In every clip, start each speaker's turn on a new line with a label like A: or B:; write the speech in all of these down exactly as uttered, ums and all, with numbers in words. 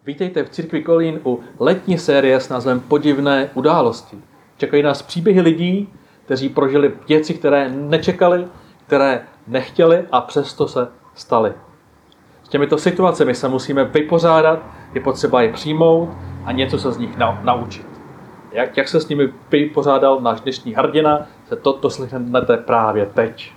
A: Vítejte v Církvi Kolín u letní série s názvem Podivné události. Čekají nás příběhy lidí, kteří prožili věci, které nečekali, které nechtěli a přesto se staly. S těmito situacemi se musíme vypořádat, je potřeba je přijmout a něco se z nich na- naučit. Jak, jak se s nimi vypořádal náš dnešní hrdina, se toto slyšnete právě teď.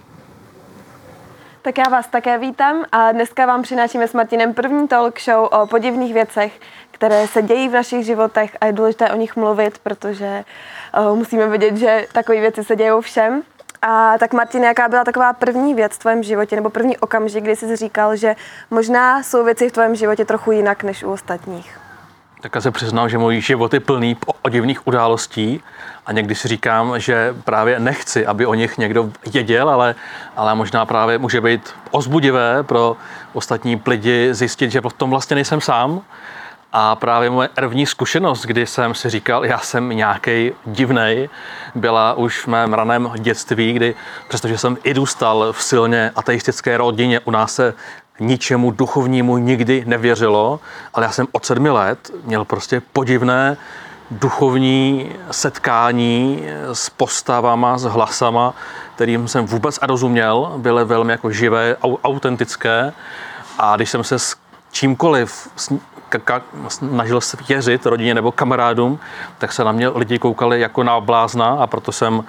B: Tak já vás také vítám a dneska vám přinášíme s Martinem první talk show o podivných věcech, které se dějí v našich životech a je důležité o nich mluvit, protože uh, musíme vědět, že takové věci se dějou všem. A tak Martin, jaká byla taková první věc v tvém životě, nebo první okamžik, kdy jsi říkal, že možná jsou věci v tvém životě trochu jinak než u ostatních?
A: Tak já se přiznám, že můj život je plný podivných událostí a někdy si říkám, že právě nechci, aby o nich někdo věděl, ale, ale možná právě může být povzbudivé pro ostatní lidi zjistit, že v tom vlastně nejsem sám. A právě moje první zkušenost, kdy jsem si říkal, já jsem nějaký divnej, byla už v mém raném dětství, kdy přestože jsem i důstal v silně ateistické rodině, u nás se ničemu duchovnímu nikdy nevěřilo, ale já jsem od sedmi let měl prostě podivné duchovní setkání s postavama, s hlasama, kterým jsem vůbec nerozuměl, byly velmi jako živé, autentické a když jsem se s čímkoliv snažil se věřit rodině nebo kamarádům, tak se na mě lidi koukali jako na blázna a proto jsem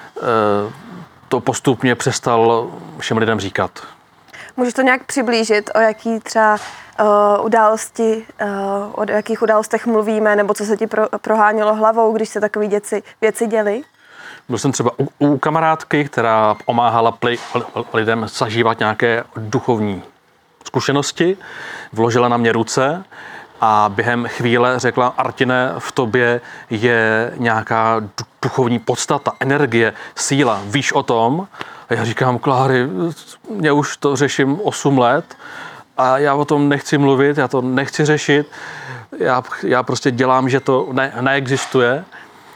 A: to postupně přestal všem lidem říkat.
B: Můžeš to nějak přiblížit, o jaký třeba uh, události, uh, o jakých událostech mluvíme, nebo co se ti pro, prohánělo hlavou, když se takové věci, věci děly?
A: Byl jsem třeba u, u kamarádky, která pomáhala pli, lidem zažívat nějaké duchovní zkušenosti, vložila na mě ruce a během chvíle řekla: Artine, v tobě je nějaká duchovní podstata, energie, síla, víš o tom? A já říkám: Kláry, já už to řeším osm let a já o tom nechci mluvit, já to nechci řešit, já, já prostě dělám, že to ne, neexistuje.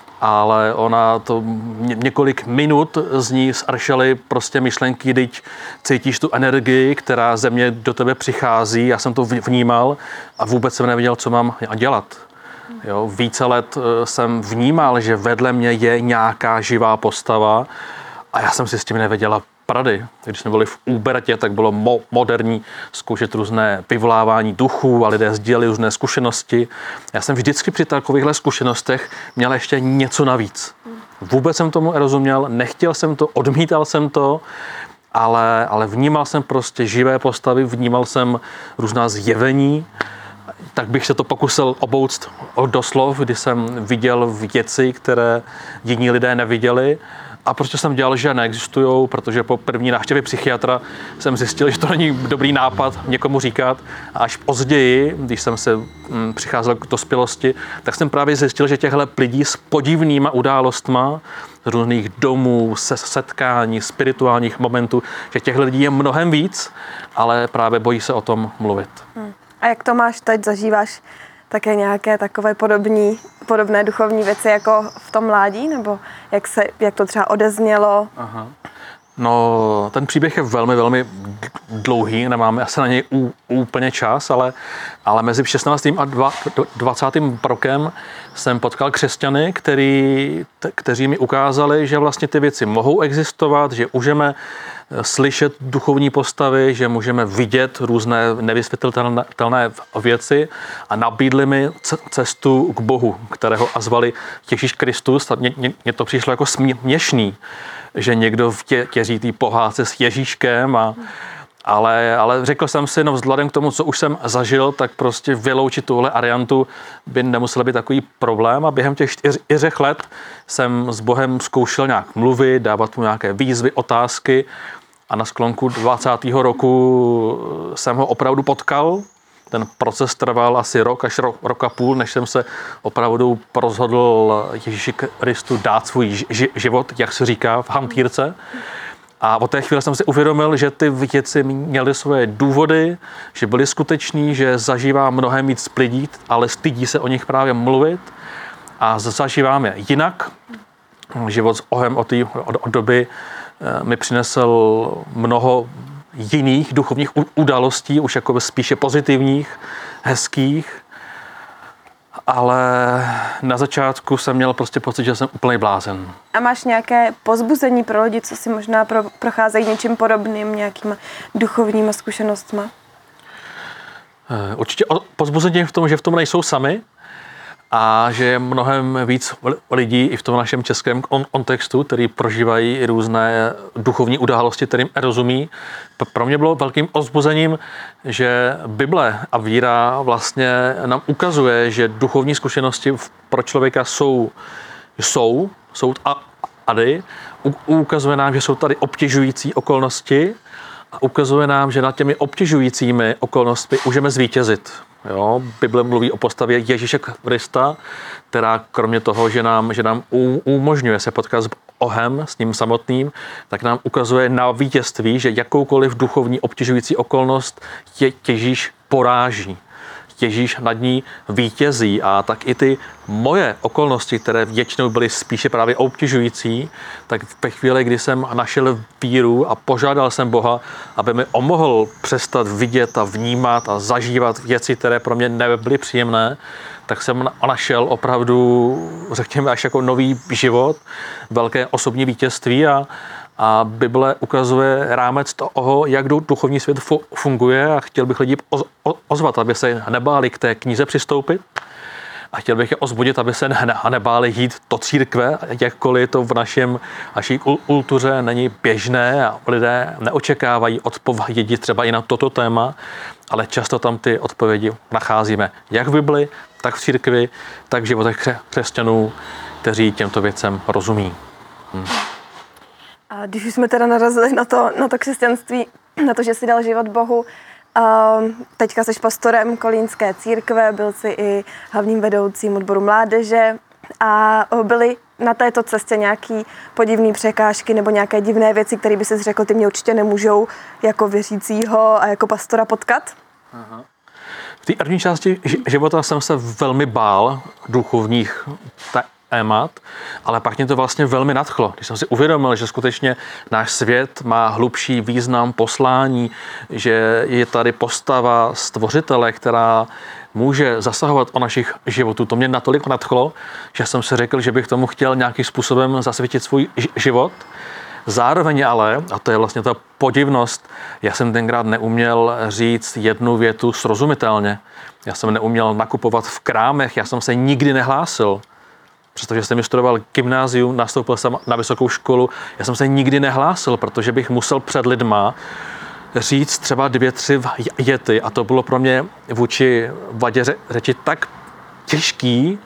A: Ale ona to několik minut z ní zršely prostě myšlenky, když cítíš tu energii, která ze mě do tebe přichází. Já jsem to vnímal a vůbec jsem nevěděl, co mám dělat. Jo, více let jsem vnímal, že vedle mě je nějaká živá postava a já jsem si s tím nevěděla prady. Když jsme byli v Úbertě, tak bylo mo- moderní zkoušet různé vyvolávání duchů a lidé sdíleli různé zkušenosti. Já jsem vždycky při takovýchhle zkušenostech měl ještě něco navíc. Vůbec jsem tomu rozuměl, nechtěl jsem to, odmítal jsem to, ale, ale vnímal jsem prostě živé postavy, vnímal jsem různá zjevení. Tak bych se to pokusil obouct do slov, kdy jsem viděl věci, které jiní lidé neviděli. A prostě jsem dělal, že neexistujou, protože po první návštěvě psychiatra jsem zjistil, že to není dobrý nápad někomu říkat. A až později, když jsem se hm, přicházel k dospělosti, tak jsem právě zjistil, že těchto lidí s podivnýma událostma, z různých domů, se setkání, spirituálních momentů, že těchto lidí je mnohem víc, ale právě bojí se o tom mluvit.
B: Hmm. A jak to máš teď? Zažíváš také nějaké takové podobní, podobné duchovní věci jako v tom mládí? Nebo jak, se, jak to třeba odeznělo?
A: Aha. No, ten příběh je velmi, velmi dlouhý, nemáme asi na něj ú, úplně čas, ale, ale mezi šestnáctým a dvacátým rokem jsem potkal křesťany, který, t, kteří mi ukázali, že vlastně ty věci mohou existovat, že můžeme slyšet duchovní postavy, že můžeme vidět různé nevysvětlitelné věci a nabídli mi cestu k Bohu, kterého zvali Ježíš Kristus. Mně to přišlo jako směšný, že někdo věří té pohádce s Ježíškem, a, ale, ale řekl jsem si, no vzhledem k tomu, co už jsem zažil, tak prostě vyloučit tuhle variantu by nemusel být takový problém a během těch čtyřech let jsem s Bohem zkoušel nějak mluvit, dávat mu nějaké výzvy, otázky a na sklonku dvacátého roku jsem ho opravdu potkal. Ten proces trval asi rok až rok, rok a půl, než jsem se opravdu rozhodl Ježíši Kristu dát svůj ži- život, jak se říká, v hantýrce. A od té chvíle jsem si uvědomil, že ty věci měly svoje důvody, že byly skuteční, že zažívá mnohem víc lidí, ale stydí se o nich právě mluvit a zažívám je jinak. Život s Bohem od té od doby mi přinesl mnoho jiných duchovních událostí, už jako spíše pozitivních, hezkých. ale na začátku jsem měl prostě pocit, že jsem úplný blázen.
B: A máš nějaké pozbuzení pro lidi, co si možná pro, procházejí něčím podobným, nějakýma duchovníma zkušenostma?
A: Určitě pozbuzení v tom, že v tom nejsou sami a že je mnohem víc lidí i v tom našem českém kontextu, který prožívají různé duchovní události, kterým rozumí. Pro mě bylo velkým pozbuzením, že Bible a víra vlastně nám ukazuje, že duchovní zkušenosti pro člověka jsou, jsou, jsou tady. Ukazuje nám, že jsou tady obtěžující okolnosti a ukazuje nám, že nad těmi obtěžujícími okolnostmi můžeme zvítězit. Jo, Bible mluví o postavě Ježíše Krista, která kromě toho, že nám, že nám umožňuje se potkat s Bohem, s ním samotným, tak nám ukazuje na vítězství, že jakoukoliv duchovní obtěžující okolnost je Ježíš poráží. Ježíš nad ní vítězí a tak i ty moje okolnosti, které většinou byly spíše právě obtěžující, tak ve chvíli, kdy jsem našel víru a požádal jsem Boha, aby mi pomohl přestat vidět a vnímat a zažívat věci, které pro mě nebyly příjemné, tak jsem našel opravdu, řekněme, až jako nový život, velké osobní vítězství a A Bible ukazuje rámec toho, jak duchovní svět funguje a chtěl bych lidi ozvat, aby se nebáli k té knize přistoupit a chtěl bych je ozbudit, aby se nebáli jít do církve, jakkoliv to v našem, naší kultuře není běžné a lidé neočekávají odpovědi třeba i na toto téma, ale často tam ty odpovědi nacházíme jak v Bibli, tak v církvi, tak v životech křesťanů, kteří těmto věcem rozumí. Hm.
B: A když už jsme teda narazili na to, na to křesťanství, na to, že jsi dal život Bohu, teďka jsi pastorem Kolínské církve, byl jsi i hlavním vedoucím odboru mládeže a byly na této cestě nějaké podivné překážky nebo nějaké divné věci, které by si řekl, ty mě určitě nemůžou jako věřícího a jako pastora potkat?
A: Aha. V té první části života jsem se velmi bál duchovních témat, ale pak mě to vlastně velmi nadchlo. Když jsem si uvědomil, že skutečně náš svět má hlubší význam, poslání, že je tady postava stvořitele, která může zasahovat o našich životů. To mě natolik nadchlo, že jsem si řekl, že bych tomu chtěl nějakým způsobem zasvětit svůj život. Zároveň ale, a to je vlastně ta podivnost, já jsem tenkrát neuměl říct jednu větu srozumitelně. Já jsem neuměl nakupovat v krámech, já jsem se nikdy nehlásil. Přestože jsem studoval gymnázium, nastoupil jsem na vysokou školu, já jsem se nikdy nehlásil, protože bych musel před lidma říct třeba dvě, tři věty a to bylo pro mě vůči vadě řeči tak těžký,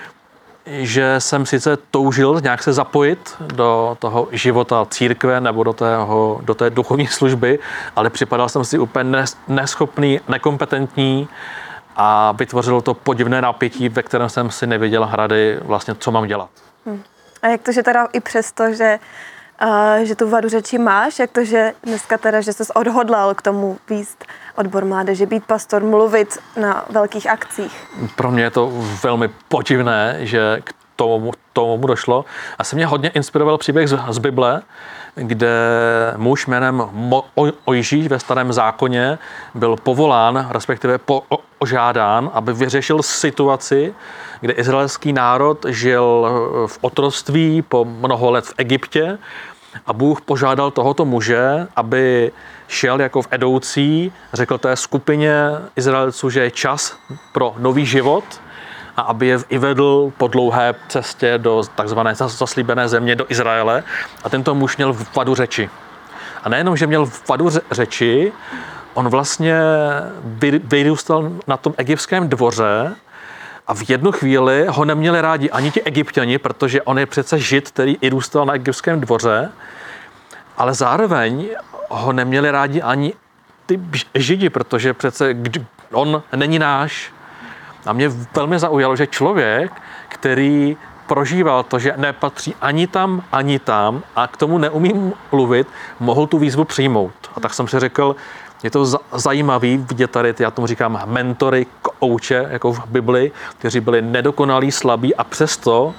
A: že jsem sice toužil nějak se zapojit do toho života církve nebo do, tého, do té duchovní služby, ale připadal jsem si úplně neschopný, nekompetentní a vytvořilo to podivné napětí, ve kterém jsem si nevěděl rady vlastně, co mám dělat.
B: Hmm. A jak to, že teda i přesto, že, uh, že tu vadu řeči máš, jak to, že dneska teda, že ses odhodlal k tomu vést odbor mládeže, být pastor, mluvit na velkých akcích? Pro
A: mě je to velmi podivné, že k tomu, tomu došlo. A se mě hodně inspiroval příběh z, z Bible, kde muž jménem Mojžíš ve Starém zákoně byl povolán, respektive požádán, aby vyřešil situaci, kde izraelský národ žil v otroctví po mnoho let v Egyptě a Bůh požádal tohoto muže, aby šel jako v edoucí, řekl té skupině Izraelců, že je čas pro nový život a aby je i vedl po dlouhé cestě do takzvané zaslíbené země, do Izraele. A tento muž měl vadu řeči. A nejenom, že měl vadu řeči, on vlastně vyrůstal na tom egyptském dvoře a v jednu chvíli ho neměli rádi ani ti Egypťani, protože on je přece Žid, který i růstal na egyptském dvoře, ale zároveň ho neměli rádi ani ty Židi, protože přece on není náš. A mě velmi zaujalo, že člověk, který prožíval to, že nepatří ani tam, ani tam a k tomu neumí mluvit, mohl tu výzvu přijmout. A tak jsem si řekl, je to zajímavý vidět tady, já tomu říkám mentory, kouče, jako v Bibli, kteří byli nedokonalí, slabí a přesto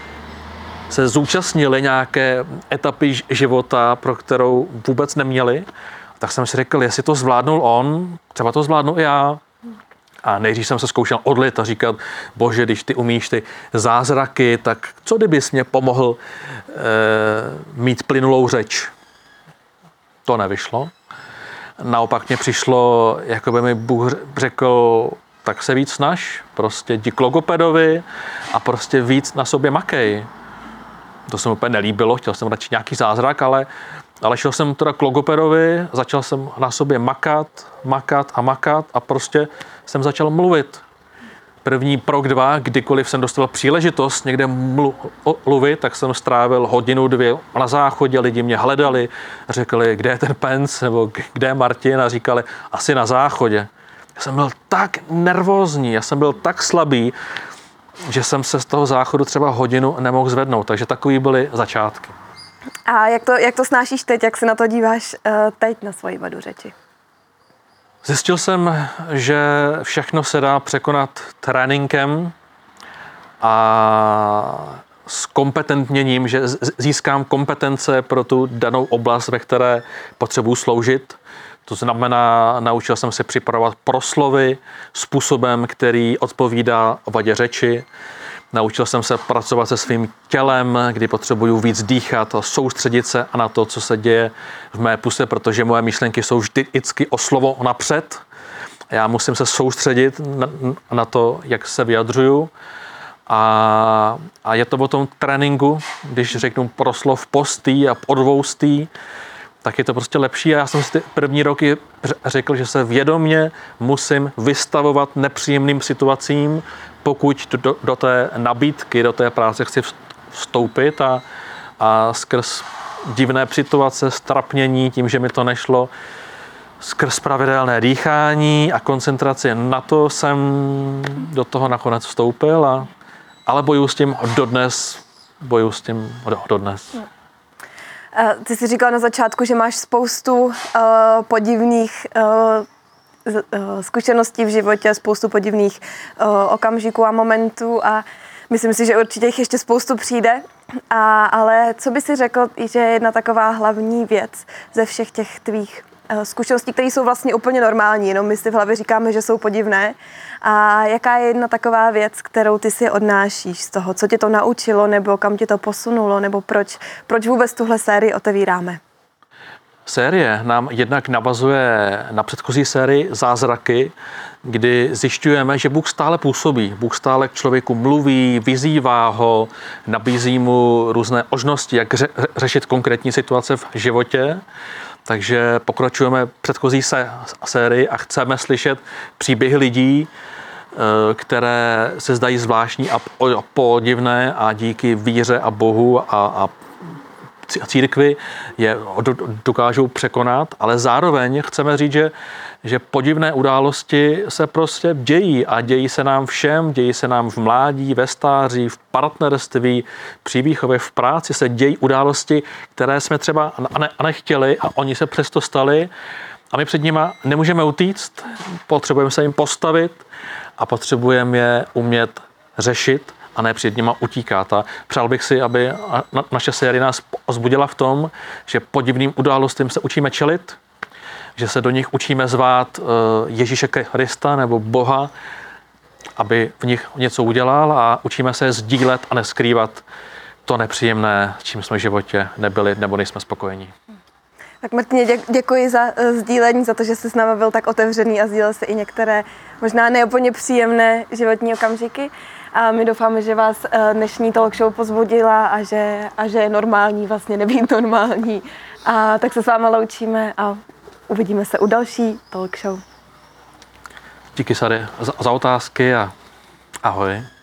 A: se zúčastnili nějaké etapy života, pro kterou vůbec neměli. Tak jsem si řekl, jestli to zvládnul on, třeba to zvládnu i já. A nejdřív jsem se zkoušel odlit a říkat, bože, když ty umíš ty zázraky, tak co kdybys mě pomohl e, mít plynulou řeč? To nevyšlo. Naopak mě přišlo, jako by mi Bůh řekl, tak se víc snaž, prostě jdi k logopedovi a prostě víc na sobě makej. To se mi úplně nelíbilo, chtěl jsem radši nějaký zázrak, ale, ale šel jsem teda k logopedovi, začal jsem na sobě makat, makat a makat a prostě jsem začal mluvit. První prok dva, kdykoliv jsem dostal příležitost někde mluvit, tak jsem strávil hodinu, dvě na záchodě, lidi mě hledali, řekli, kde je ten Pence, nebo kde je Martin a říkali, asi na záchodě. Já jsem byl tak nervózní, já jsem byl tak slabý, že jsem se z toho záchodu třeba hodinu nemohl zvednout, takže takový byly začátky.
B: A jak to, jak to snášíš teď, jak se na to díváš uh, teď na svoji vadu řeči?
A: Zjistil jsem, že všechno se dá překonat tréninkem a s kompetentněním, že získám kompetence pro tu danou oblast, ve které potřebuji sloužit. To znamená, naučil jsem se připravovat proslovy způsobem, který odpovídá vadě řeči. Naučil jsem se pracovat se svým tělem, kdy potřebuju víc dýchat a soustředit se na to, co se děje v mé puse, protože moje myšlenky jsou vždycky o slovo napřed. Já musím se soustředit na, na to, jak se vyjadřuju. A, a je to o tom tréninku, když řeknu proslov postý a podvoustý, tak je to prostě lepší. A já jsem si ty první roky řekl, že se vědomě musím vystavovat nepříjemným situacím, pokud do, do té nabídky, do té práce chci vstoupit a, a skrz divné situace, strapnění, tím, že mi to nešlo, skrz pravidelné dýchání a koncentraci na to jsem do toho nakonec vstoupil, a, ale bojuju s tím dodnes, bojuju s tím dodnes.
B: Ty jsi říkala na začátku, že máš spoustu uh, podivných uh, uh, zkušeností v životě, spoustu podivných uh, okamžiků a momentů a myslím si, že určitě jich ještě spoustu přijde. A, ale co by si řekl, že je jedna taková hlavní věc ze všech těch tvých uh, zkušeností, které jsou vlastně úplně normální, jenom my si v hlavě říkáme, že jsou podivné. A jaká je jedna taková věc, kterou ty si odnášíš z toho, co tě to naučilo, nebo kam tě to posunulo, nebo proč, proč vůbec tuhle sérii otevíráme?
A: Série nám jednak navazuje na předchozí sérii Zázraky, kdy zjišťujeme, že Bůh stále působí. Bůh stále k člověku mluví, vyzývá ho, nabízí mu různé možnosti, jak ře- řešit konkrétní situace v životě. Takže pokračujeme předchozí sé- sérii a chceme slyšet příběhy lidí, které se zdají zvláštní a podivné a díky víře a Bohu a, a církvi je dokážou překonat, ale zároveň chceme říct, že, že podivné události se prostě dějí a dějí se nám všem, dějí se nám v mládí, ve stáří, v partnerství, při výchově, v práci se dějí události, které jsme třeba ne, nechtěli a oni se přesto stali a my před nima nemůžeme utíct, potřebujeme se jim postavit a potřebujeme je umět řešit a ne před nima utíkat. A přál bych si, aby naše série nás pozbudila v tom, že podivným událostem se učíme čelit, že se do nich učíme zvát Ježíše Krista nebo Boha, aby v nich něco udělal a učíme se sdílet a neskrývat to nepříjemné, s čím jsme v životě nebyli nebo nejsme spokojení.
B: Tak Martině, dě- děkuji za uh, sdílení, za to, že jsi s námi byl tak otevřený a sdílel si i některé možná neúplně příjemné životní okamžiky. A my doufáme, že vás uh, dnešní talk show pozbudila a že, a že je normální vlastně nebýt normální. A tak se s váma loučíme a uvidíme se u další talk show.
A: Díky, Sary, za, za otázky a ahoj.